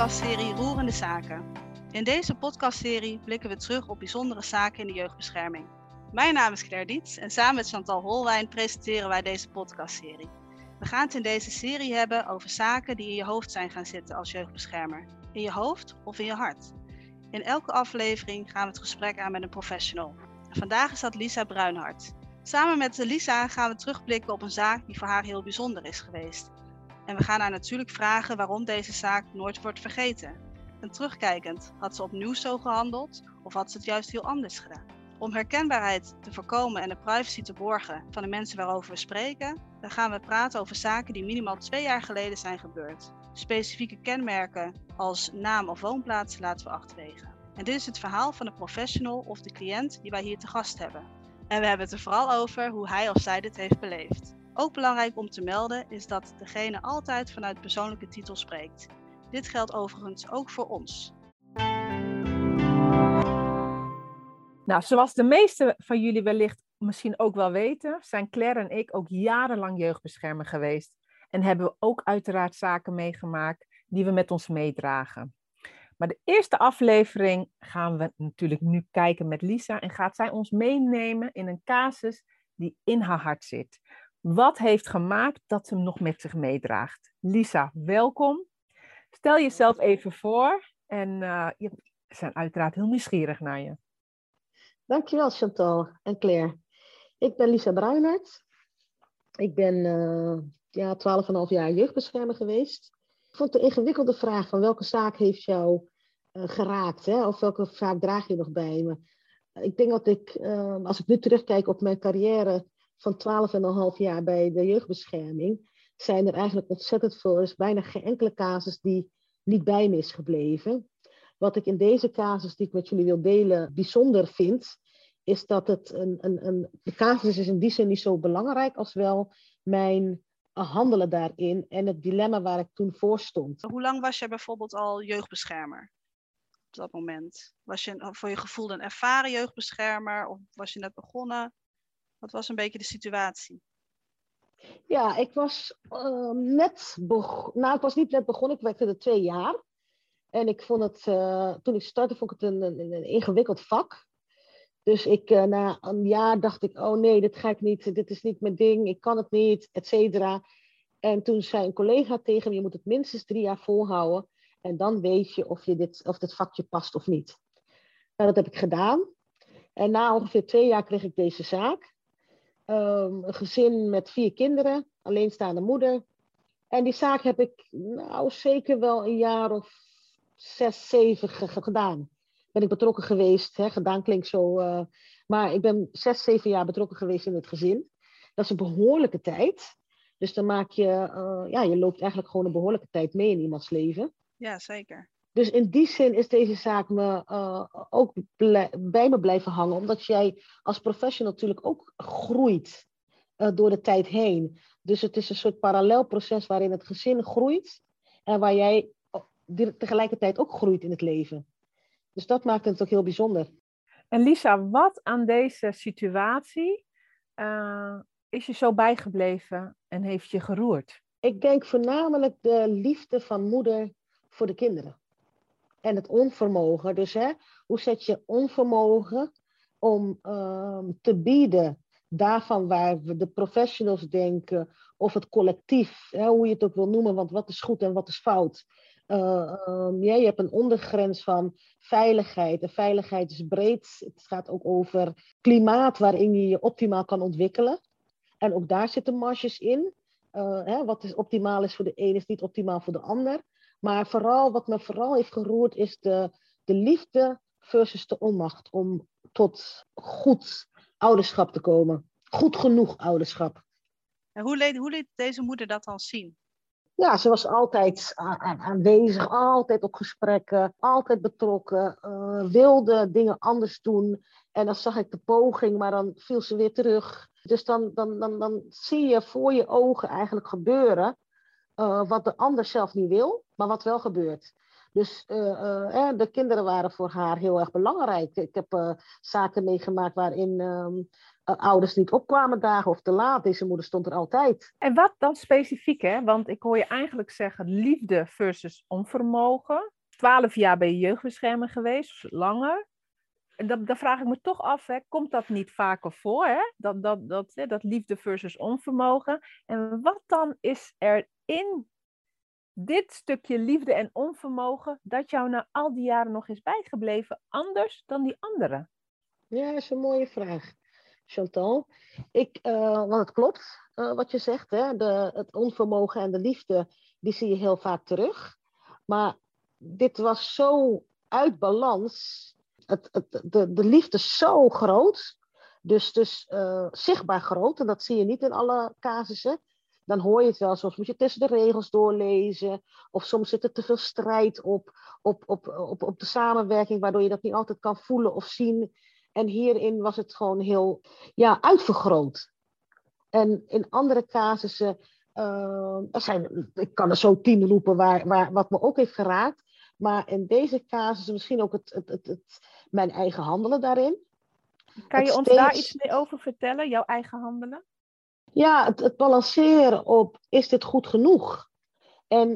podcastserie Roerende Zaken. In deze podcastserie blikken we terug op bijzondere zaken in de jeugdbescherming. Mijn naam is Claire Dietz en samen met Chantal Holwijn presenteren wij deze podcastserie. We gaan het in deze serie hebben over zaken die in je hoofd zijn gaan zitten als jeugdbeschermer. In je hoofd of in je hart. In elke aflevering gaan we het gesprek aan met een professional. Vandaag is dat Lisa Bruinhart. Samen met Lisa gaan we terugblikken op een zaak die voor haar heel bijzonder is geweest. En we gaan haar natuurlijk vragen waarom deze zaak nooit wordt vergeten. En terugkijkend, had ze opnieuw zo gehandeld of had ze het juist heel anders gedaan? Om herkenbaarheid te voorkomen en de privacy te borgen van de mensen waarover we spreken, dan gaan we praten over zaken die minimaal 2 jaar geleden zijn gebeurd. Specifieke kenmerken als naam of woonplaats laten we achterwege. En dit is het verhaal van de professional of de cliënt die wij hier te gast hebben. En we hebben het er vooral over hoe hij of zij dit heeft beleefd. Ook belangrijk om te melden is dat degene altijd vanuit persoonlijke titel spreekt. Dit geldt overigens ook voor ons. Nou, zoals de meesten van jullie wellicht misschien ook wel weten, zijn Claire en ik ook jarenlang jeugdbeschermer geweest. En hebben we ook uiteraard zaken meegemaakt die we met ons meedragen. Maar de eerste aflevering gaan we natuurlijk nu kijken met Lisa en gaat zij ons meenemen in een casus die in haar hart zit. Wat heeft gemaakt dat ze hem nog met zich meedraagt? Lisa, welkom. Stel jezelf even voor en we zijn uiteraard heel nieuwsgierig naar je. Dankjewel Chantal en Claire. Ik ben Lisa Bruinhart. Ik ben 12,5 jaar jeugdbeschermer geweest. Ik vond de ingewikkelde vraag van welke zaak heeft jou geraakt? Hè? Of welke zaak draag je nog bij me? Ik denk dat ik, als ik nu terugkijk op mijn carrière van 12,5 jaar bij de jeugdbescherming, zijn er eigenlijk ontzettend veel. Er is bijna geen enkele casus die niet bij me is gebleven. Wat ik in deze casus die ik met jullie wil delen bijzonder vind, is dat het de casus is in die zin niet zo belangrijk als wel mijn handelen daarin en het dilemma waar ik toen voor stond. Hoe lang was jij bijvoorbeeld al jeugdbeschermer op dat moment? Was je voor je gevoel een ervaren jeugdbeschermer of was je net begonnen? Wat was een beetje de situatie? Ja, ik was ik was niet net begonnen, ik werkte er 2 jaar. En ik vond het, toen ik startte, vond ik het een ingewikkeld vak. Dus na een jaar dacht ik, oh nee, dit ga ik niet, dit is niet mijn ding, ik kan het niet, et cetera. En toen zei een collega tegen me, je moet het minstens 3 jaar volhouden. En dan weet je of dit vakje past of niet. Nou, dat heb ik gedaan. En na ongeveer 2 jaar kreeg ik deze zaak. Een gezin met 4 kinderen, alleenstaande moeder. En die zaak heb ik zeker wel een jaar of 6, 7 gedaan. Ben ik betrokken geweest. Hè? Gedaan klinkt zo. Maar ik ben 6, 7 jaar betrokken geweest in het gezin. Dat is een behoorlijke tijd. Dus dan maak je, je loopt eigenlijk gewoon een behoorlijke tijd mee in iemands leven. Ja, zeker. Dus in die zin is deze zaak me ook bij me blijven hangen. Omdat jij als professional natuurlijk ook groeit door de tijd heen. Dus het is een soort parallel proces waarin het gezin groeit. En waar jij tegelijkertijd ook groeit in het leven. Dus dat maakt het ook heel bijzonder. En Lisa, wat aan deze situatie is je zo bijgebleven en heeft je geroerd? Ik denk voornamelijk de liefde van moeder voor de kinderen. En het onvermogen. Dus hoe zet je onvermogen om te bieden daarvan waar we de professionals denken of het collectief, hoe je het ook wil noemen, want wat is goed en wat is fout. Je hebt een ondergrens van veiligheid. En veiligheid is breed. Het gaat ook over klimaat waarin je je optimaal kan ontwikkelen. En ook daar zitten marges in. Wat is optimaal is voor de een is niet optimaal voor de ander. Maar wat me vooral heeft geroerd is de liefde versus de onmacht om tot goed ouderschap te komen. Goed genoeg ouderschap. En hoe liet deze moeder dat dan zien? Ja, ze was altijd aanwezig, altijd op gesprekken, altijd betrokken, wilde dingen anders doen. En dan zag ik de poging, maar dan viel ze weer terug. Dus dan zie je voor je ogen eigenlijk gebeuren wat de ander zelf niet wil, maar wat wel gebeurt. Dus de kinderen waren voor haar heel erg belangrijk. Ik heb zaken meegemaakt waarin ouders niet opkwamen dagen of te laat. Deze moeder stond er altijd. En wat dan specifiek, hè? Want ik hoor je eigenlijk zeggen liefde versus onvermogen. 12 jaar ben je jeugdbeschermer geweest, of langer. En dan vraag ik me toch af, hè, komt dat niet vaker voor? Hè? Dat liefde versus onvermogen. En wat dan is er in dit stukje liefde en onvermogen dat jou na al die jaren nog is bijgebleven, anders dan die anderen? Ja, dat is een mooie vraag, Chantal. Want het klopt wat je zegt. Hè? Het onvermogen en de liefde, die zie je heel vaak terug. Maar dit was zo uit balans. De liefde is zo groot. Dus zichtbaar groot. En dat zie je niet in alle casussen. Dan hoor je het wel. Soms moet je tussen de regels doorlezen. Of soms zit er te veel strijd op de samenwerking. Waardoor je dat niet altijd kan voelen of zien. En hierin was het gewoon heel uitvergroot. En in andere casussen. Ik kan er zo 10 roepen wat me ook heeft geraakt. Maar in deze casus misschien ook mijn eigen handelen daarin. Kan je ons daar iets meer over vertellen, jouw eigen handelen? Ja, het balanceren op, is dit goed genoeg? En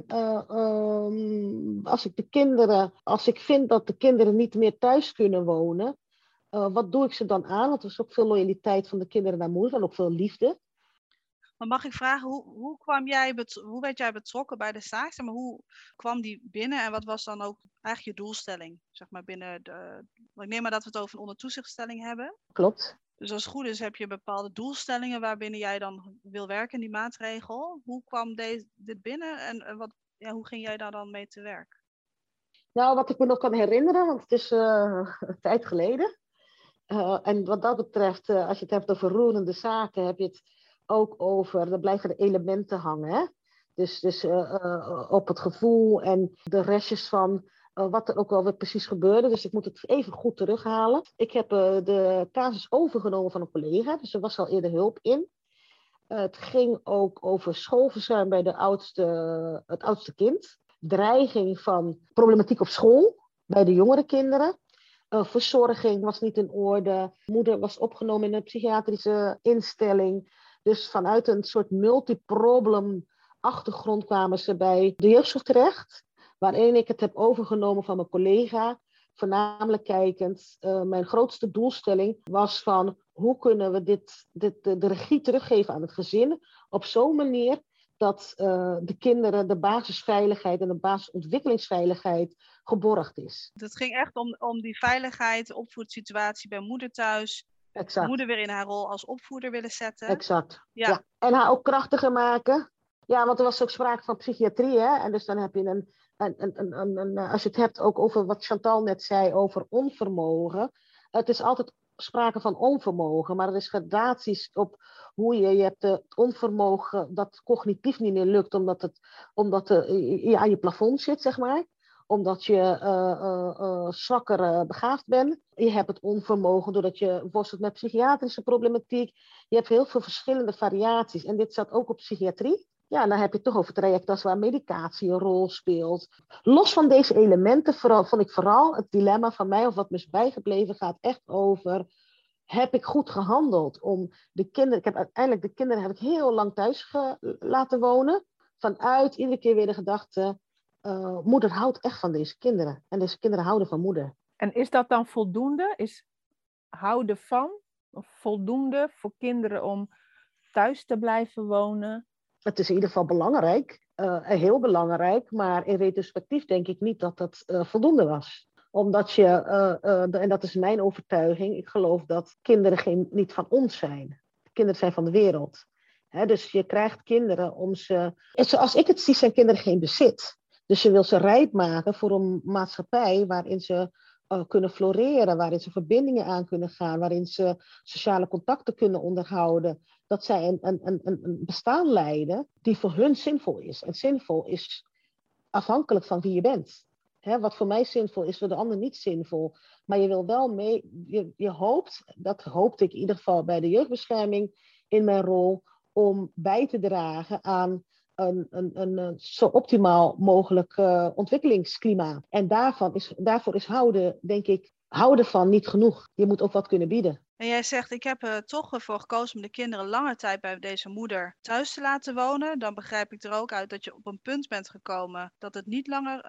als ik vind dat de kinderen niet meer thuis kunnen wonen, wat doe ik ze dan aan? Want er is ook veel loyaliteit van de kinderen naar moeder en ook veel liefde. Maar mag ik vragen, hoe werd jij betrokken bij de zaak? Zeg maar, hoe kwam die binnen en wat was dan ook eigenlijk je doelstelling? Zeg maar binnen ik neem maar dat we het over een ondertoezichtstelling hebben. Klopt. Dus als het goed is heb je bepaalde doelstellingen waarbinnen jij dan wil werken in die maatregel. Hoe kwam dit binnen en hoe ging jij daar dan mee te werk? Nou, wat ik me nog kan herinneren, want het is een tijd geleden. En wat dat betreft, als je het hebt over roerende zaken, heb je het ook over, er blijven de elementen hangen. Hè? Dus op het gevoel en de restjes van wat er ook alweer precies gebeurde. Dus ik moet het even goed terughalen. Ik heb de casus overgenomen van een collega, dus er was al eerder hulp in. Het ging ook over schoolverzuim bij het oudste kind. Dreiging van problematiek op school bij de jongere kinderen. Verzorging was niet in orde. Moeder was opgenomen in een psychiatrische instelling. Dus vanuit een soort multiproblem achtergrond kwamen ze bij de jeugdzorg terecht. Waarin ik het heb overgenomen van mijn collega. Voornamelijk kijkend, mijn grootste doelstelling was van hoe kunnen we de regie teruggeven aan het gezin op zo'n manier dat de kinderen de basisveiligheid en de basisontwikkelingsveiligheid geborgd is. Het ging echt om die veiligheid, de opvoedsituatie bij moeder thuis. Exact. Moeder weer in haar rol als opvoeder willen zetten. Exact. Ja. En haar ook krachtiger maken. Ja, want er was ook sprake van psychiatrie. Hè? En dus dan heb je als je het hebt ook over wat Chantal net zei over onvermogen. Het is altijd sprake van onvermogen, maar er is gradaties op hoe je hebt het onvermogen dat cognitief niet meer lukt, omdat je aan je plafond zit, zeg maar. Omdat je zwakker begaafd bent. Je hebt het onvermogen doordat je worstelt met psychiatrische problematiek. Je hebt heel veel verschillende variaties. En dit zat ook op psychiatrie. Ja, dan heb je het toch over trajecten als waar medicatie een rol speelt. Los van deze elementen vond ik vooral het dilemma van mij, of wat me is bijgebleven, gaat echt over, heb ik goed gehandeld om de kinderen, de kinderen heb ik heel lang thuis laten wonen. Vanuit iedere keer weer de gedachte, moeder houdt echt van deze kinderen. En deze kinderen houden van moeder. En is dat dan voldoende? Is houden van of voldoende voor kinderen om thuis te blijven wonen? Het is in ieder geval belangrijk, heel belangrijk, maar in retrospectief denk ik niet dat dat voldoende was. Omdat je, en dat is mijn overtuiging, ik geloof dat kinderen niet van ons zijn. Kinderen zijn van de wereld. Dus je krijgt kinderen om ze... Zoals ik het zie, zijn kinderen geen bezit. Dus je wil ze rijp maken voor een maatschappij waarin ze kunnen floreren, waarin ze verbindingen aan kunnen gaan, waarin ze sociale contacten kunnen onderhouden. Dat zij een bestaan leiden die voor hun zinvol is. En zinvol is afhankelijk van wie je bent. Wat voor mij zinvol is, voor de ander niet zinvol. Maar je wil wel je hoopt, dat hoopte ik in ieder geval bij de jeugdbescherming in mijn rol, om bij te dragen aan een zo optimaal mogelijk ontwikkelingsklimaat. En daarvoor is houden, denk ik, houden van niet genoeg. Je moet ook wat kunnen bieden. En jij zegt, ik heb er toch voor gekozen om de kinderen lange tijd bij deze moeder thuis te laten wonen. Dan begrijp ik er ook uit dat je op een punt bent gekomen dat het niet langer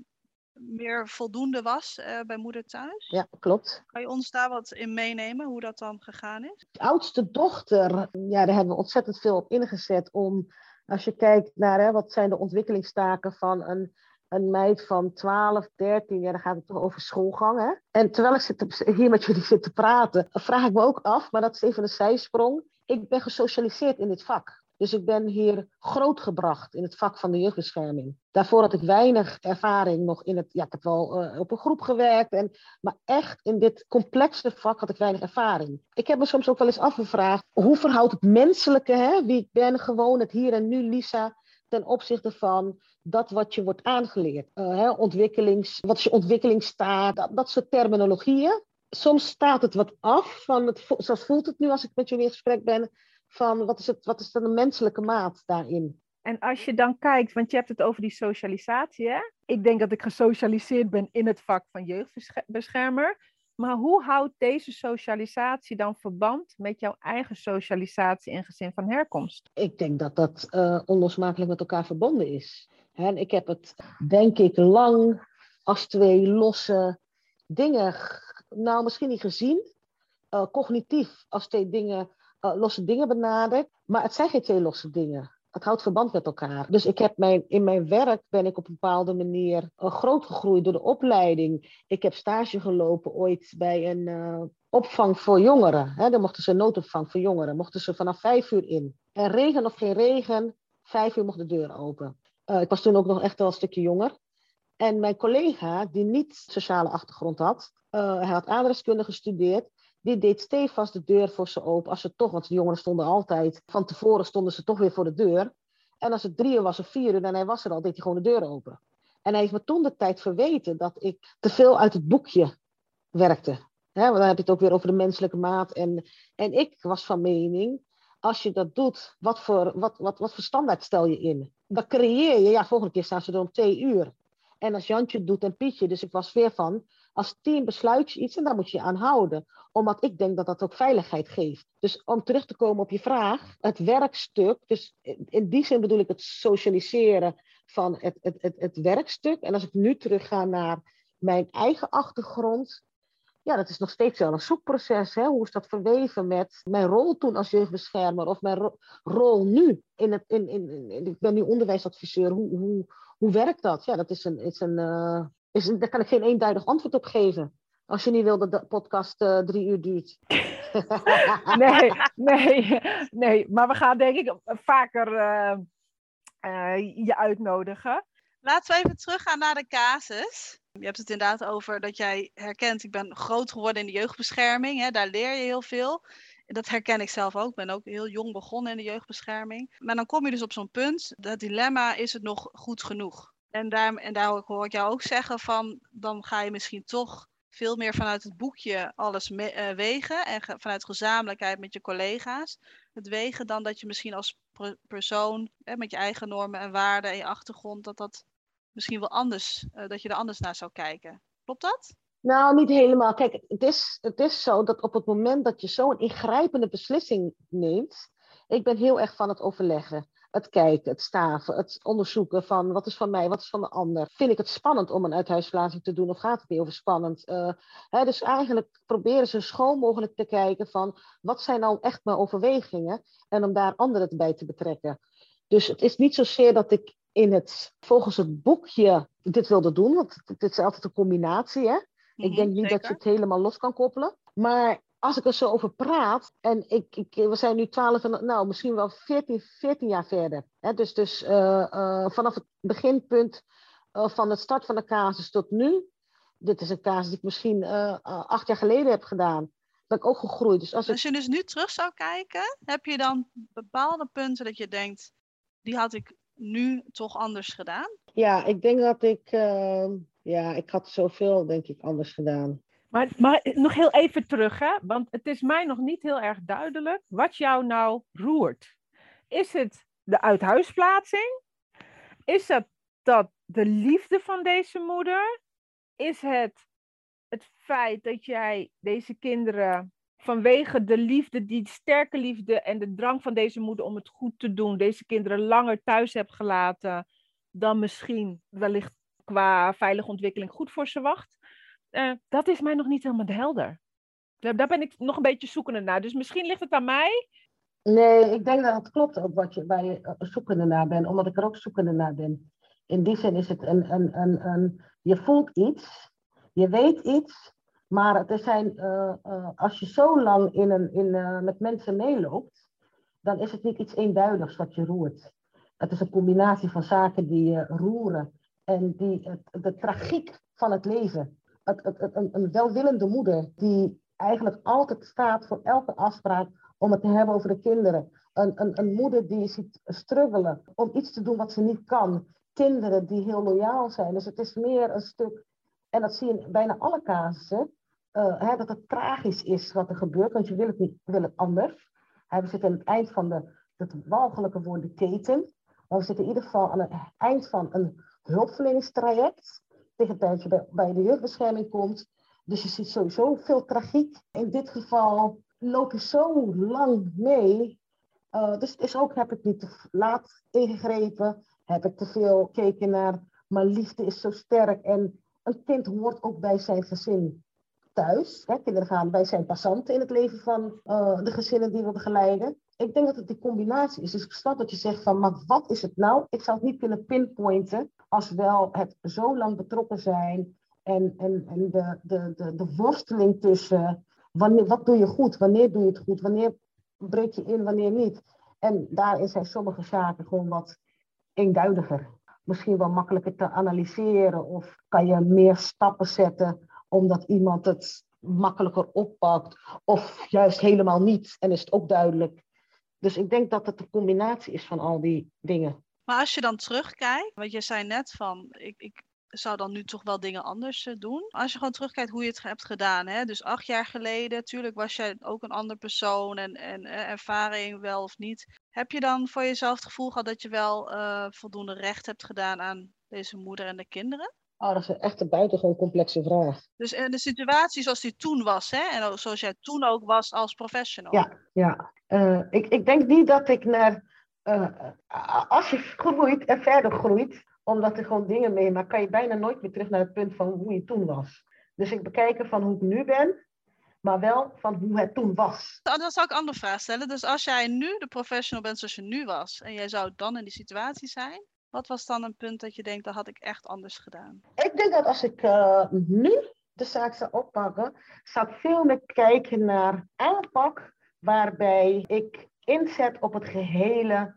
meer voldoende was bij moeder thuis. Ja, klopt. Kan je ons daar wat in meenemen, hoe dat dan gegaan is? De oudste dochter, ja, daar hebben we ontzettend veel op ingezet om, als je kijkt naar wat zijn de ontwikkelingstaken van een meid van 12, 13, ja, dan gaat het toch over schoolgang. Hè? En terwijl ik hier met jullie zit te praten, vraag ik me ook af, maar dat is even een zijsprong. Ik ben gesocialiseerd in dit vak. Dus ik ben hier grootgebracht in het vak van de jeugdbescherming. Daarvoor had ik weinig ervaring nog in het... Ja, ik heb wel op een groep gewerkt. Maar echt in dit complexe vak had ik weinig ervaring. Ik heb me soms ook wel eens afgevraagd... Hoe verhoudt het menselijke, hè, wie ik ben, gewoon het hier en nu, Lisa... ten opzichte van dat wat je wordt aangeleerd. Wat is je ontwikkelingsstaat? Dat soort terminologieën. Soms staat het wat af. Zoals voelt het nu als ik met jullie in gesprek ben... van wat is dan de menselijke maat daarin? En als je dan kijkt, want je hebt het over die socialisatie, hè? Ik denk dat ik gesocialiseerd ben in het vak van jeugdbeschermer. Maar hoe houdt deze socialisatie dan verband met jouw eigen socialisatie en gezin van herkomst? Ik denk dat dat onlosmakelijk met elkaar verbonden is. En ik heb het, denk ik, lang als twee losse dingen, nou misschien niet gezien, cognitief als twee losse dingen benaderd. Maar het zijn geen twee losse dingen. Het houdt verband met elkaar. Dus in mijn werk ben ik op een bepaalde manier groot gegroeid door de opleiding. Ik heb stage gelopen ooit bij een opvang voor jongeren. Dan mochten ze noodopvang voor jongeren. Mochten ze vanaf 5 uur in. En regen of geen regen, 5 uur mocht de deur open. Ik was toen ook nog echt wel een stukje jonger. En mijn collega, die niet sociale achtergrond had, hij had aardrijkskunde gestudeerd, die deed stevast de deur voor ze open. Want de jongeren stonden altijd, van tevoren stonden ze toch weer voor de deur. En als het 3 uur was of 4 uur en hij was er al, deed hij gewoon de deur open. En hij heeft me toen de tijd verweten dat ik te veel uit het boekje werkte. Want dan heb je het ook weer over de menselijke maat. En ik was van mening, als je dat doet, wat voor standaard stel je in? Dan creëer je, ja, volgende keer staan ze er om 2 uur. En als Jantje doet en Pietje, dus ik was weer van, als team besluit je iets en daar moet je je aan houden. Omdat ik denk dat dat ook veiligheid geeft. Dus om terug te komen op je vraag, het werkstuk, dus in die zin bedoel ik het socialiseren van het werkstuk. En als ik nu terug ga naar mijn eigen achtergrond, ja, dat is nog steeds wel een zoekproces. Hè? Hoe is dat verweven met mijn rol toen als jeugdbeschermer of mijn rol nu? Ik ben nu onderwijsadviseur. Hoe werkt dat? Ja, daar kan ik geen eenduidig antwoord op geven. Als je niet wil dat de podcast 3 uur duurt. Nee. Maar we gaan denk ik vaker je uitnodigen. Laten we even teruggaan naar de casus. Je hebt het inderdaad over dat jij herkent, ik ben groot geworden in de jeugdbescherming. Hè, daar leer je heel veel. Dat herken ik zelf ook. Ik ben ook heel jong begonnen in de jeugdbescherming. Maar dan kom je dus op zo'n punt, dat dilemma, is het nog goed genoeg? En daar hoor ik jou ook zeggen van, dan ga je misschien toch veel meer vanuit het boekje alles wegen. En vanuit gezamenlijkheid met je collega's het wegen, dan dat je misschien als persoon, met je eigen normen en waarden en je achtergrond, dat misschien wel anders, dat je er anders naar zou kijken. Klopt dat? Nou, niet helemaal. Kijk, het is zo dat op het moment dat je zo'n ingrijpende beslissing neemt, ik ben heel erg van het overleggen, het kijken, het staven, het onderzoeken van wat is van mij, wat is van de ander. Vind ik het spannend om een uithuisplaatsing te doen of gaat het niet over spannend? Dus eigenlijk proberen ze schoon mogelijk te kijken van wat zijn nou echt mijn overwegingen en om daar anderen bij te betrekken. Dus het is niet zozeer dat ik volgens het boekje dit wilde doen, want dit is altijd een combinatie, hè? Ik denk niet dat je het helemaal los kan koppelen. Maar als ik er zo over praat, en we zijn nu 12, nou misschien wel 14 jaar verder. Hè? Dus vanaf het beginpunt van het start van de casus tot nu. Dit is een casus die ik misschien 8 jaar geleden heb gedaan. Ben ik ook gegroeid. Dus als je dus nu terug zou kijken, heb je dan bepaalde punten dat je denkt, die had ik nu toch anders gedaan? Ja, ik denk dat ik had zoveel, denk ik, anders gedaan. Maar nog heel even terug, hè? Want het is mij nog niet heel erg duidelijk wat jou nou roert. Is het de uithuisplaatsing? Is het dat de liefde van deze moeder? Is het het feit dat jij deze kinderen vanwege de liefde, die sterke liefde en de drang van deze moeder om het goed te doen, deze kinderen langer thuis hebt gelaten dan misschien wellicht qua veilige ontwikkeling goed voor ze wacht. Dat is mij nog niet helemaal helder. Daar ben ik nog een beetje zoekende naar. Dus misschien ligt het aan mij. Nee, ik denk dat het klopt ook waar je zoekende naar bent, omdat ik er ook zoekende naar ben. In die zin is het je voelt iets, je weet iets, maar als je zo lang met mensen meeloopt, dan is het niet iets eenduidigs wat je roert. Het is een combinatie van zaken die je roeren en de tragiek van het leven. Een welwillende moeder die eigenlijk altijd staat voor elke afspraak om het te hebben over de kinderen. Een moeder die je ziet struggelen om iets te doen wat ze niet kan. Kinderen die heel loyaal zijn. Dus het is meer een stuk, en dat zie je in bijna alle casussen, dat het tragisch is wat er gebeurt, want je wil het niet, wil het anders. We zitten aan het eind van het walgelijke woord de keten. Maar we zitten in ieder geval aan het eind van een hulpverleningstraject. Tegen het tijd je bij de jeugdbescherming komt. Dus je ziet sowieso veel tragiek. In dit geval loop je zo lang mee. Dus het is ook, heb ik niet te laat ingegrepen? Heb ik te veel gekeken naar, maar liefde is zo sterk. En een kind hoort ook bij zijn gezin thuis. Hè? Kinderen gaan bij zijn passanten in het leven van de gezinnen die we begeleiden. Ik denk dat het die combinatie is. Dus ik snap dat je zegt van, maar wat is het nou? Ik zou het niet kunnen pinpointen, als wel het zo lang betrokken zijn en de worsteling tussen wat doe je goed, wanneer doe je het goed, wanneer breek je in, wanneer niet. En daarin zijn sommige zaken gewoon wat eenduidiger. Misschien wel makkelijker te analyseren of kan je meer stappen zetten omdat iemand het makkelijker oppakt of juist helemaal niet en is het ook duidelijk. Dus ik denk dat het een combinatie is van al die dingen. Maar als je dan terugkijkt, want je zei net van, ik zou dan nu toch wel dingen anders doen. Als je gewoon terugkijkt hoe je het hebt gedaan, hè? Dus 8 jaar geleden, tuurlijk was jij ook een ander persoon en ervaring wel of niet. Heb je dan voor jezelf het gevoel gehad dat je wel voldoende recht hebt gedaan aan deze moeder en de kinderen? Oh, dat is echt een buitengewoon complexe vraag. Dus de situatie zoals die toen was, hè? En ook zoals jij toen ook was als professional. Ja. Ik denk niet dat ik als je groeit en verder groeit, omdat er gewoon dingen meemaakt, kan je bijna nooit meer terug naar het punt van hoe je toen was. Dus ik bekijk van hoe ik nu ben, maar wel van hoe het toen was. Dan zou ik een andere vraag stellen. Dus als jij nu de professional bent zoals je nu was, en jij zou dan in die situatie zijn, wat was dan een punt dat je denkt, dat had ik echt anders gedaan? Ik denk dat als ik nu de zaak zou oppakken, zou ik veel meer kijken naar aanpak waarbij ik inzet op het gehele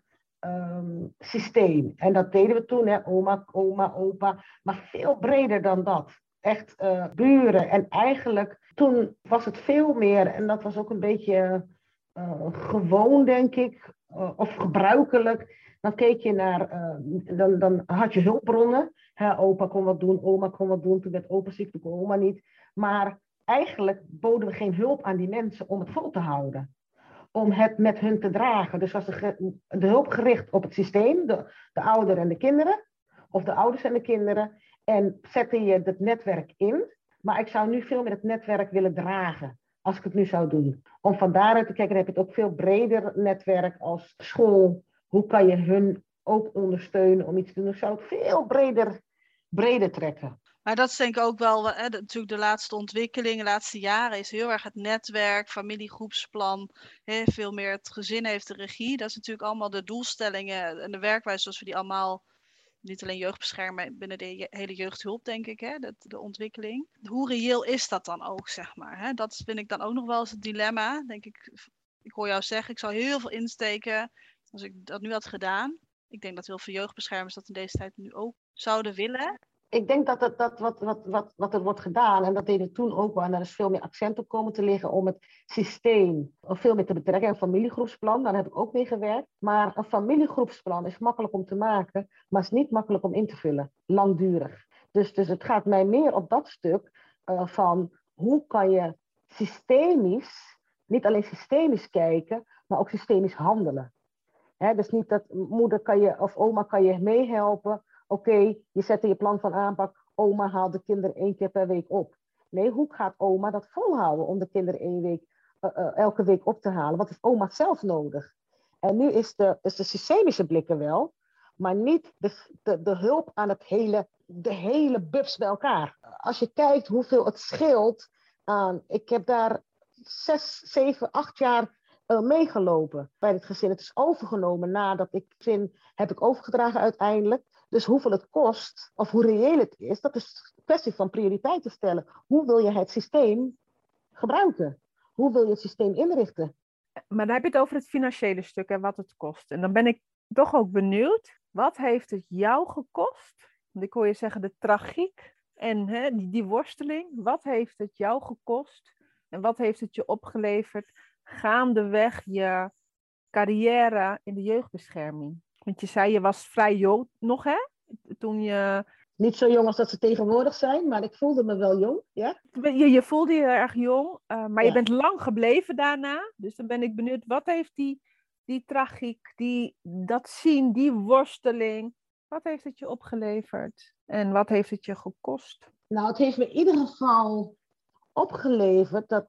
systeem. En dat deden we toen, hè, oma, opa, maar veel breder dan dat. Echt buren. En eigenlijk toen was het veel meer, en dat was ook een beetje gewoon, denk ik, of gebruikelijk. Dan keek je naar, dan had je hulpbronnen. Opa kon wat doen, oma kon wat doen. Toen werd opa ziek, toen kon oma niet. Maar eigenlijk boden we geen hulp aan die mensen om het vol te houden. Om het met hun te dragen. Dus was de hulp gericht op het systeem, de ouderen en de kinderen. Of de ouders en de kinderen. En zette je het netwerk in. Maar ik zou nu veel meer het netwerk willen dragen. Als ik het nu zou doen. Om van daaruit te kijken, dan heb je het ook veel breder netwerk als school. Hoe kan je hun ook ondersteunen om iets te doen? Ik zou het veel breder trekken. Maar dat is denk ik ook wel, natuurlijk de laatste ontwikkeling, de laatste jaren is heel erg het netwerk, familiegroepsplan, veel meer het gezin heeft de regie. Dat is natuurlijk allemaal de doelstellingen en de werkwijze zoals we die allemaal, niet alleen jeugdbeschermen, binnen de hele jeugdhulp denk ik, de ontwikkeling. Hoe reëel is dat dan ook, zeg maar? Hè? Dat vind ik dan ook nog wel eens het dilemma, denk ik. Ik hoor jou zeggen, ik zou heel veel insteken als ik dat nu had gedaan. Ik denk dat heel veel jeugdbeschermers dat in deze tijd nu ook zouden willen. Ik denk dat wat er wordt gedaan, en dat deden we toen ook wel, en daar is veel meer accent op komen te liggen om het systeem veel meer te betrekken. Een familiegroepsplan, daar heb ik ook mee gewerkt. Maar een familiegroepsplan is makkelijk om te maken, maar is niet makkelijk om in te vullen, langdurig. Dus het gaat mij meer op dat stuk van hoe kan je systemisch, niet alleen systemisch kijken, maar ook systemisch handelen. Dus niet dat moeder kan je of oma kan je meehelpen. Oké, je zet in je plan van aanpak, oma haalt de kinderen 1 keer per week op. Nee, hoe gaat oma dat volhouden om de kinderen elke week op te halen? Wat heeft oma zelf nodig? En nu is de systemische blik er wel, maar niet de hulp aan de hele bubs bij elkaar. Als je kijkt hoeveel het scheelt aan... Ik heb daar 6, 7, 8 jaar meegelopen bij het gezin. Het is overgenomen nadat heb ik overgedragen uiteindelijk. Dus hoeveel het kost, of hoe reëel het is, dat is een kwestie van prioriteiten stellen. Hoe wil je het systeem gebruiken? Hoe wil je het systeem inrichten? Maar dan heb je het over het financiële stuk en wat het kost. En dan ben ik toch ook benieuwd, wat heeft het jou gekost? Want ik hoor je zeggen de tragiek en die worsteling. Wat heeft het jou gekost? En wat heeft het je opgeleverd gaandeweg je carrière in de jeugdbescherming? Want je zei, je was vrij jong nog, hè? Toen je... Niet zo jong als dat ze tegenwoordig zijn, maar ik voelde me wel jong, ja. Je voelde je erg jong, maar Ja. je bent lang gebleven daarna. Dus dan ben ik benieuwd, wat heeft die tragiek, dat zien, die worsteling, wat heeft het je opgeleverd? En wat heeft het je gekost? Nou, het heeft me in ieder geval opgeleverd dat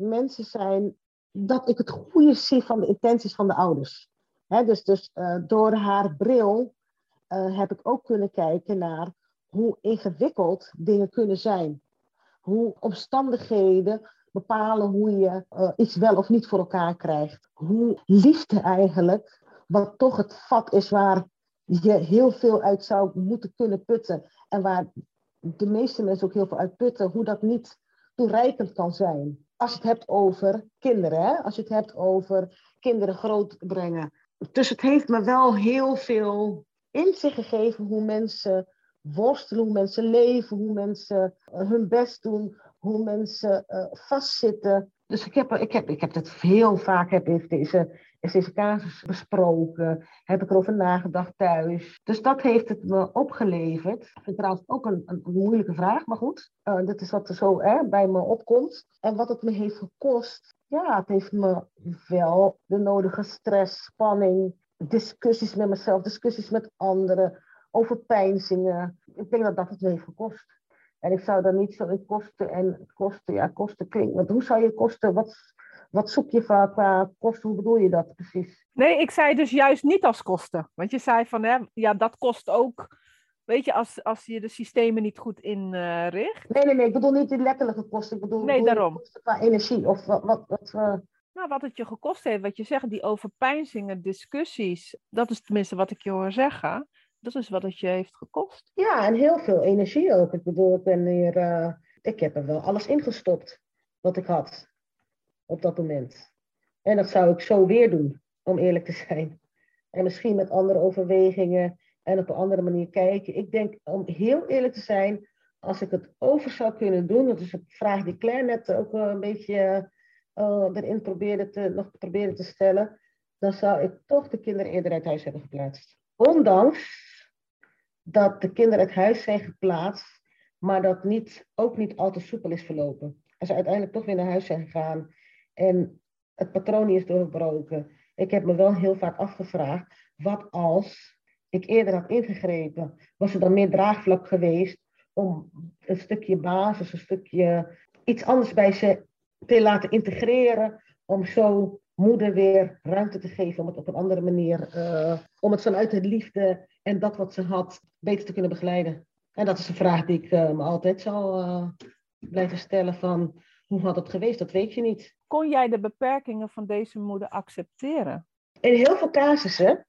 dat ik het goede zie van de intenties van de ouders. Dus door haar bril heb ik ook kunnen kijken naar hoe ingewikkeld dingen kunnen zijn. Hoe omstandigheden bepalen hoe je iets wel of niet voor elkaar krijgt. Hoe liefde eigenlijk, wat toch het vat is waar je heel veel uit zou moeten kunnen putten. En waar de meeste mensen ook heel veel uit putten, hoe dat niet toereikend kan zijn. Als je het hebt over kinderen, hè? Als je het hebt over kinderen grootbrengen. Dus het heeft me wel heel veel inzicht gegeven hoe mensen worstelen, hoe mensen leven, hoe mensen hun best doen, hoe mensen vastzitten. Dus ik heb het heel vaak, is deze casus besproken, heb ik erover nagedacht thuis. Dus dat heeft het me opgeleverd. Ik vind trouwens ook een moeilijke vraag, maar goed. Dit is wat er zo bij me opkomt. En wat het me heeft gekost, ja, het heeft me wel de nodige stress, spanning, discussies met mezelf, discussies met anderen, overpeinzingen. Ik denk dat dat het me heeft gekost. En ik zou daar niet zo in kosten klinkt. Want hoe zou je kosten, wat zoek je qua kosten, hoe bedoel je dat precies? Nee, ik zei dus juist niet als kosten. Want je zei van, ja, dat kost ook, weet je, als je de systemen niet goed inricht. Nee, ik bedoel niet die letterlijke kosten. Ik bedoel daarom. kosten qua energie of wat Nou, wat het je gekost heeft, wat je zegt, die overpeinzingen, discussies, dat is tenminste wat ik je hoor zeggen. Dat is wat het je heeft gekost. Ja, en heel veel energie ook. Ik bedoel, ik heb er wel alles ingestopt wat ik had op dat moment. En dat zou ik zo weer doen, om eerlijk te zijn. En misschien met andere overwegingen en op een andere manier kijken. Ik denk, om heel eerlijk te zijn, als ik het over zou kunnen doen, dat is een vraag die Claire net ook een beetje erin probeerde te stellen, dan zou ik toch de kinderen eerder uit huis hebben geplaatst. Ondanks dat de kinderen uit huis zijn geplaatst, maar dat ook niet al te soepel is verlopen. En ze uiteindelijk toch weer naar huis zijn gegaan en het patroon niet is doorbroken. Ik heb me wel heel vaak afgevraagd, wat als ik eerder had ingegrepen? Was er dan meer draagvlak geweest om een stukje basis, een stukje iets anders bij ze te laten integreren, om zo moeder weer ruimte te geven om het op een andere manier, om het vanuit de liefde en dat wat ze had, beter te kunnen begeleiden. En dat is een vraag die ik me altijd zal blijven stellen van, hoe had het geweest? Dat weet je niet. Kon jij de beperkingen van deze moeder accepteren? In heel veel casussen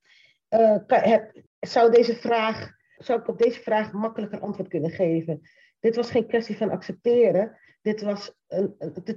zou ik op deze vraag makkelijker antwoord kunnen geven. Dit was geen kwestie van accepteren. Het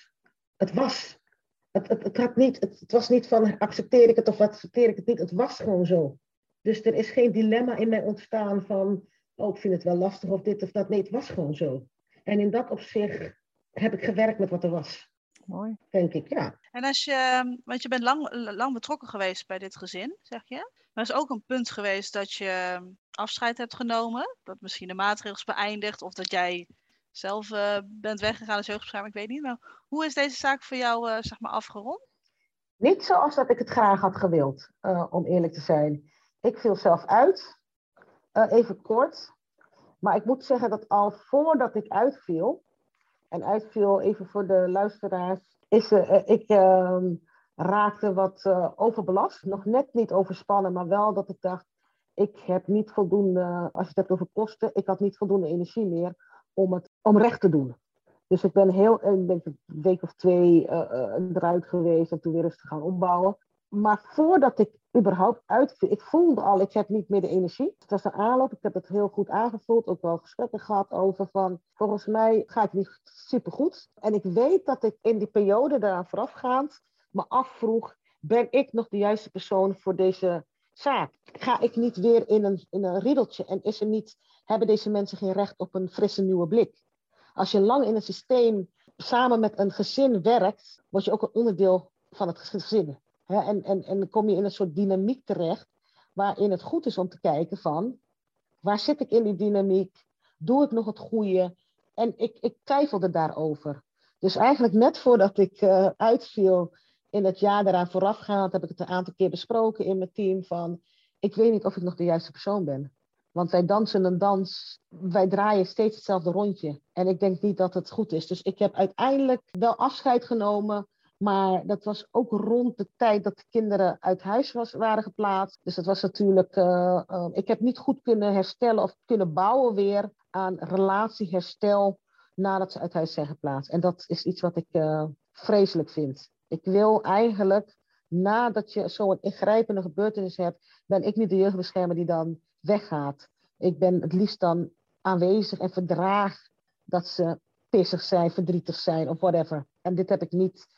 was niet van accepteer ik het of accepteer ik het niet. Het was gewoon zo. Dus er is geen dilemma in mij ontstaan van, oh, ik vind het wel lastig of dit of dat. Nee, het was gewoon zo. En in dat opzicht heb ik gewerkt met wat er was. Mooi. Denk ik, ja. En want je bent lang betrokken geweest bij dit gezin, zeg je. Maar er is ook een punt geweest dat je afscheid hebt genomen. Dat misschien de maatregelen beëindigd of dat jij zelf bent weggegaan als jeugdbeschermer, ik weet niet. Maar hoe is deze zaak voor jou afgerond? Niet zoals dat ik het graag had gewild, om eerlijk te zijn. Ik viel zelf uit, even kort. Maar ik moet zeggen dat al voordat ik uitviel, en uitviel, even voor de luisteraars, ik raakte wat overbelast. Nog net niet overspannen, maar wel dat ik dacht, ik heb niet voldoende, als je het hebt over kosten, ik had niet voldoende energie meer om recht te doen. Dus ik ben een week of 2 eruit geweest en toen weer rustig gaan opbouwen. Maar voordat ik überhaupt uitviel, ik voelde al, ik heb niet meer de energie. Het was een aanloop, ik heb het heel goed aangevoeld, ook wel gesprekken gehad over van, volgens mij ga ik niet supergoed. En ik weet dat ik in die periode daaraan voorafgaand me afvroeg, ben ik nog de juiste persoon voor deze zaak? Ga ik niet weer in een riedeltje en hebben deze mensen geen recht op een frisse nieuwe blik? Als je lang in een systeem samen met een gezin werkt, word je ook een onderdeel van het gezin. En dan kom je in een soort dynamiek terecht, waarin het goed is om te kijken van, waar zit ik in die dynamiek? Doe ik nog het goede? En ik twijfelde daarover. Dus eigenlijk net voordat ik uitviel in het jaar daaraan voorafgaand, heb ik het een aantal keer besproken in mijn team van, ik weet niet of ik nog de juiste persoon ben. Want wij dansen een dans, wij draaien steeds hetzelfde rondje. En ik denk niet dat het goed is. Dus ik heb uiteindelijk wel afscheid genomen. Maar dat was ook rond de tijd dat de kinderen uit huis waren geplaatst. Dus dat was natuurlijk, ik heb niet goed kunnen herstellen of kunnen bouwen weer aan relatieherstel nadat ze uit huis zijn geplaatst. En dat is iets wat ik vreselijk vind. Ik wil eigenlijk, nadat je zo'n ingrijpende gebeurtenis hebt, ben ik niet de jeugdbeschermer die dan weggaat. Ik ben het liefst dan aanwezig en verdraag dat ze pissig zijn, verdrietig zijn of whatever. En dit heb ik niet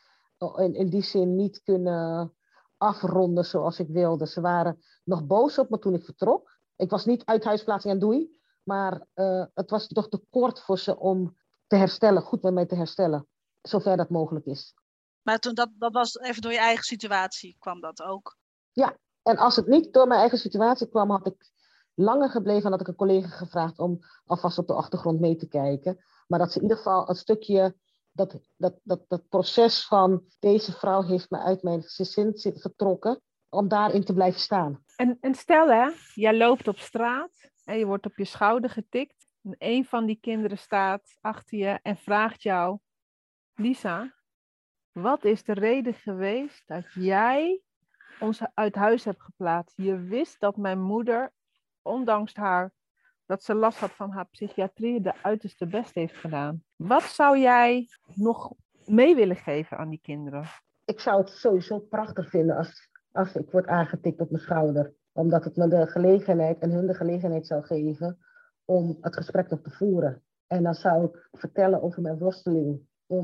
in die zin niet kunnen afronden zoals ik wilde. Ze waren nog boos op me toen ik vertrok. Ik was niet uit huisplaatsing en doei, maar het was toch te kort voor ze om te herstellen, goed met mij te herstellen, zover dat mogelijk is. Maar toen dat was even door je eigen situatie, kwam dat ook? Ja, en als het niet door mijn eigen situatie kwam, had ik langer gebleven en had ik een collega gevraagd om alvast op de achtergrond mee te kijken. Maar dat ze in ieder geval een stukje, dat proces van deze vrouw heeft me uit mijn gezin getrokken, om daarin te blijven staan. En stel hè, jij loopt op straat en je wordt op je schouder getikt. En een van die kinderen staat achter je en vraagt jou, Lisa, wat is de reden geweest dat jij ons uit huis hebt geplaatst? Je wist dat mijn moeder, ondanks dat ze last had van haar psychiatrie, de uiterste best heeft gedaan. Wat zou jij nog mee willen geven aan die kinderen? Ik zou het sowieso prachtig vinden als ik word aangetikt op mijn schouder. Omdat het me de gelegenheid en hun de gelegenheid zou geven om het gesprek nog te voeren. En dan zou ik vertellen over mijn worsteling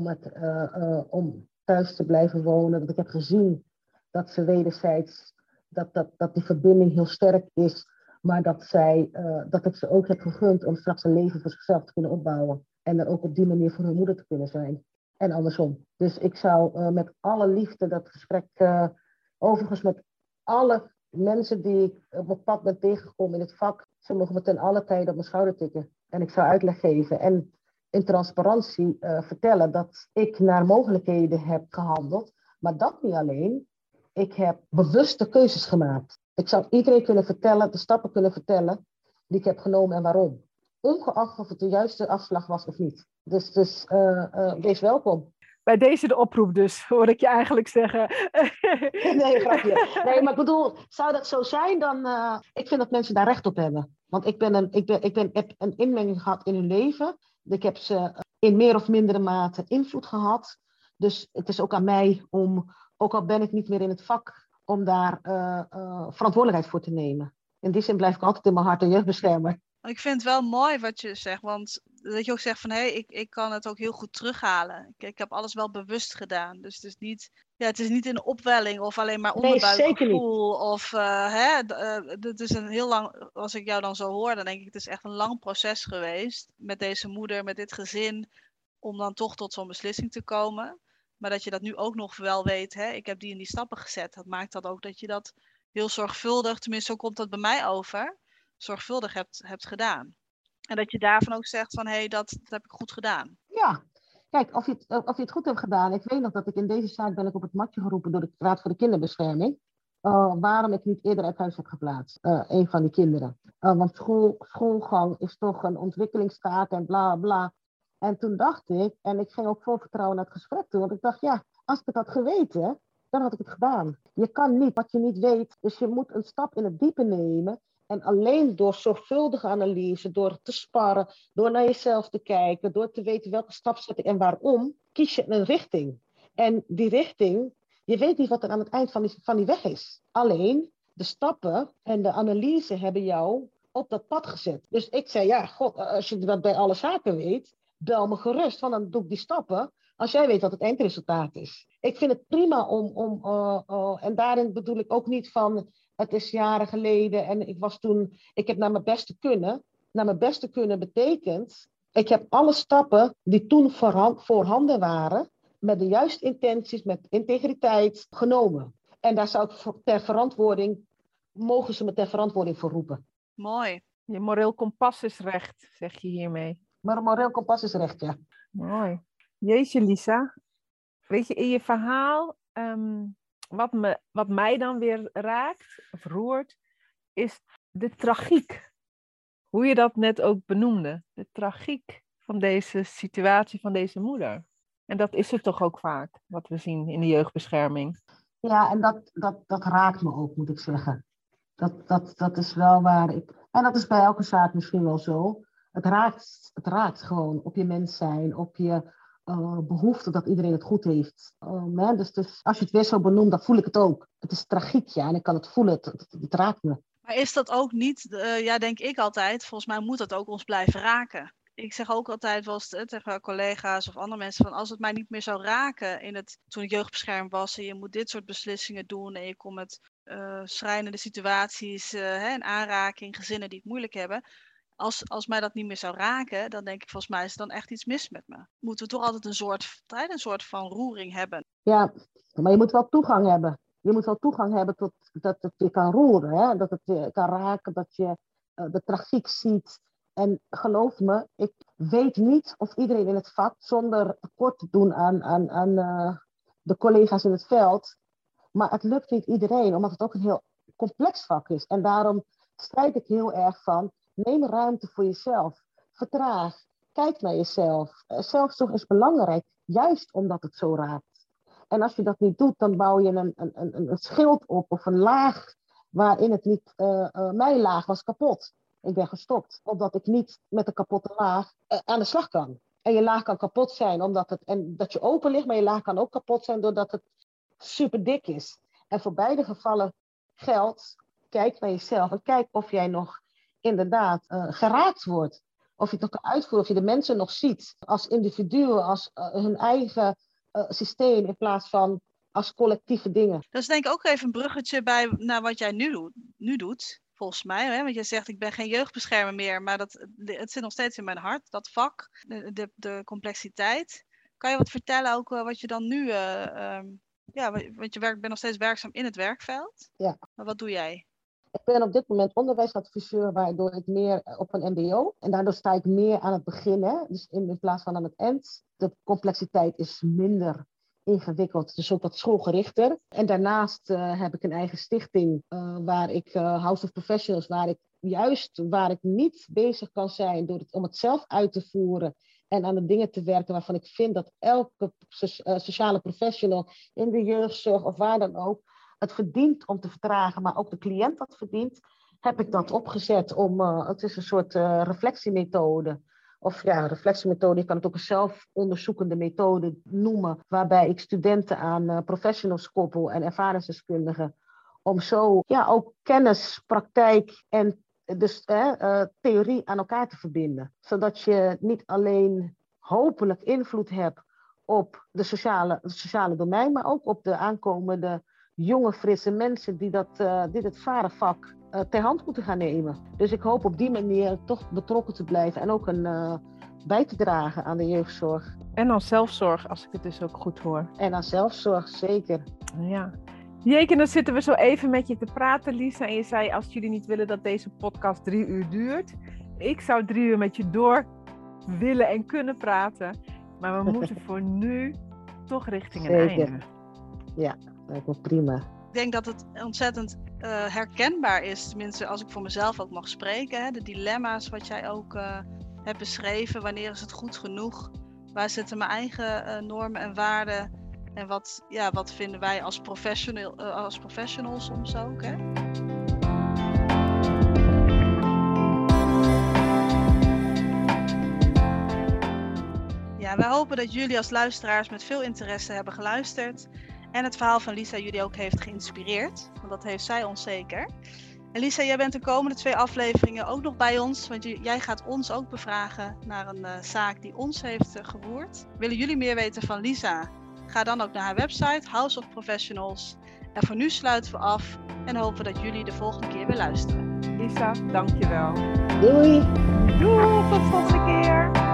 om thuis te blijven wonen. Dat ik heb gezien dat ze wederzijds, dat die verbinding heel sterk is. Maar dat ik ze ook heb gegund om straks een leven voor zichzelf te kunnen opbouwen. En dan ook op die manier voor hun moeder te kunnen zijn. En andersom. Dus ik zou met alle liefde dat gesprek, overigens met alle mensen die ik op mijn pad ben tegengekomen in het vak, ze mogen me ten alle tijde op mijn schouder tikken. En ik zou uitleg geven en in transparantie vertellen dat ik naar mogelijkheden heb gehandeld. Maar dat niet alleen. Ik heb bewuste keuzes gemaakt. Ik zou iedereen kunnen vertellen, de stappen kunnen vertellen die ik heb genomen en waarom. Ongeacht of het de juiste afslag was of niet. Dus wees welkom. Bij deze de oproep dus, hoor ik je eigenlijk zeggen. Nee, grapje. Nee, maar ik bedoel, zou dat zo zijn, dan... ik vind dat mensen daar recht op hebben. Want ik heb een inmenging gehad in hun leven. Ik heb ze in meer of mindere mate invloed gehad. Dus het is ook aan mij om, ook al ben ik niet meer in het vak, om daar verantwoordelijkheid voor te nemen. In die zin blijf ik altijd in mijn hart een jeugdbeschermer. Ik vind het wel mooi wat je zegt, want dat je ook zegt van ik kan het ook heel goed terughalen. Ik heb alles wel bewust gedaan. Dus het is niet in een opwelling of alleen maar onderbuikgevoel. Of het is een heel lang, als ik jou dan zo hoor, dan denk ik het is echt een lang proces geweest met deze moeder, met dit gezin, om dan toch tot zo'n beslissing te komen. Maar dat je dat nu ook nog wel weet, ik heb die en die stappen gezet. Dat maakt dat ook dat je dat heel zorgvuldig, tenminste zo komt dat bij mij over, zorgvuldig hebt gedaan. En dat je daarvan ook zegt van dat heb ik goed gedaan. Ja, kijk, of je het goed hebt gedaan. Ik weet nog dat ik in deze zaak ben ik op het matje geroepen door de Raad voor de Kinderbescherming. Waarom ik niet eerder uit huis heb geplaatst. Een van die kinderen. Want schoolgang is toch een ontwikkelingstaat en bla bla. En toen dacht ik, en ik ging ook vol vertrouwen naar het gesprek toe, want ik dacht, ja, als ik het had geweten, dan had ik het gedaan. Je kan niet wat je niet weet, dus je moet een stap in het diepe nemen. En alleen door zorgvuldige analyse, door te sparren, door naar jezelf te kijken, door te weten welke stap zet ik en waarom, kies je een richting. En die richting, je weet niet wat er aan het eind van die weg is. Alleen de stappen en de analyse hebben jou op dat pad gezet. Dus ik zei, ja, God, als je dat bij alle zaken weet, bel me gerust, want dan doe ik die stappen als jij weet wat het eindresultaat is. Ik vind het prima en daarin bedoel ik ook niet van, het is jaren geleden en ik heb naar mijn beste kunnen. Naar mijn beste kunnen betekent, ik heb alle stappen die toen voorhanden waren, met de juiste intenties, met integriteit genomen. En daar zou ik mogen ze me ter verantwoording voor roepen. Mooi. Je moreel kompas is recht, zeg je hiermee. Maar een moreel kompas is recht, ja. Mooi. Jeetje, Lisa. Weet je, in je verhaal, wat mij dan weer raakt, of roert, is de tragiek. Hoe je dat net ook benoemde. De tragiek van deze situatie van deze moeder. En dat is het toch ook vaak, wat we zien in de jeugdbescherming. Ja, en dat raakt me ook, moet ik zeggen. Dat is wel waar ik... En dat is bij elke zaak misschien wel zo. Het raakt gewoon op je mens zijn, op je behoefte dat iedereen het goed heeft. Dus als je het weer zo benoemt, dan voel ik het ook. Het is tragiek, ja, en ik kan het voelen. Het raakt me. Maar is dat ook niet, denk ik altijd, volgens mij moet dat ook ons blijven raken. Ik zeg ook altijd wel eens tegen collega's of andere mensen van als het mij niet meer zou raken toen ik jeugdbeschermd was en je moet dit soort beslissingen doen en je komt met schrijnende situaties in aanraking, gezinnen die het moeilijk hebben. Als mij dat niet meer zou raken, dan denk ik volgens mij is er dan echt iets mis met me. Moeten we toch altijd een soort van roering hebben. Ja, maar je moet wel toegang hebben. Je moet wel toegang hebben tot dat het je kan roeren, hè? Dat het je kan raken, dat je de tragiek ziet. En geloof me, ik weet niet of iedereen in het vak, zonder tekort te doen aan de collega's in het veld, maar het lukt niet iedereen, omdat het ook een heel complex vak is. En daarom strijd ik heel erg van, neem ruimte voor jezelf. Vertraag, kijk naar jezelf. Zelfzorg is belangrijk, juist omdat het zo raakt. En als je dat niet doet, dan bouw je een schild op of een laag waarin het niet... mijn laag was kapot. Ik ben gestopt, omdat ik niet met een kapotte laag aan de slag kan. En je laag kan kapot zijn, dat je open ligt, maar je laag kan ook kapot zijn doordat het super dik is. En voor beide gevallen geldt, kijk naar jezelf en kijk of jij nog inderdaad geraakt wordt. Of je het nog kan uitvoeren, of je de mensen nog ziet als individuen, als hun eigen systeem in plaats van als collectieve dingen. Dat is denk ik ook even een bruggetje naar wat jij nu doet, volgens mij. Hè? Want jij zegt, ik ben geen jeugdbeschermer meer, maar het zit nog steeds in mijn hart, dat vak, de complexiteit. Kan je wat vertellen ook wat je dan nu... want je bent nog steeds werkzaam in het werkveld. Ja. Maar wat doe jij? Ik ben op dit moment onderwijsadviseur, waardoor ik meer op een mbo. En daardoor sta ik meer aan het begin, hè? Dus in plaats van aan het eind. De complexiteit is minder ingewikkeld, dus ook wat schoolgerichter. En daarnaast heb ik een eigen stichting, waar ik House of Professionals, waar ik niet bezig kan zijn om het zelf uit te voeren en aan de dingen te werken waarvan ik vind dat elke sociale professional in de jeugdzorg of waar dan ook het verdient om te vertragen, maar ook de cliënt dat verdient, heb ik dat opgezet het is een soort reflectiemethode. Of ja, reflectiemethode, je kan het ook een zelfonderzoekende methode noemen, waarbij ik studenten aan professionals koppel en ervaringsdeskundigen, om zo ook kennis, praktijk en dus theorie aan elkaar te verbinden. Zodat je niet alleen hopelijk invloed hebt op de sociale domein, maar ook op de aankomende jonge, frisse mensen die dit zware vak ter hand moeten gaan nemen. Dus ik hoop op die manier toch betrokken te blijven en ook bij te dragen aan de jeugdzorg. En aan zelfzorg, als ik het dus ook goed hoor. En aan zelfzorg, zeker. Ja. Jeetje, dan zitten we zo even met je te praten, Lisa. En je zei, als jullie niet willen dat deze podcast 3 uur duurt. Ik zou 3 uur met je door willen en kunnen praten. Maar we moeten voor nu toch richting een einde. Ja, lijkt me prima. Ik denk dat het ontzettend herkenbaar is, tenminste als ik voor mezelf ook mag spreken. Hè, de dilemma's wat jij ook heb beschreven. Wanneer is het goed genoeg? Waar zitten mijn eigen normen en waarden? En wat vinden wij als professionals soms ook, hè? Ja, wij hopen dat jullie als luisteraars met veel interesse hebben geluisterd. En het verhaal van Lisa jullie ook heeft geïnspireerd. Want dat heeft zij ons zeker. En Lisa, jij bent de komende 2 afleveringen ook nog bij ons. Want jij gaat ons ook bevragen naar een zaak die ons heeft geroerd. Willen jullie meer weten van Lisa? Ga dan ook naar haar website, House of Professionals. En voor nu sluiten we af en hopen dat jullie de volgende keer weer luisteren. Lisa, dankjewel. Doei! Doei, tot de volgende keer!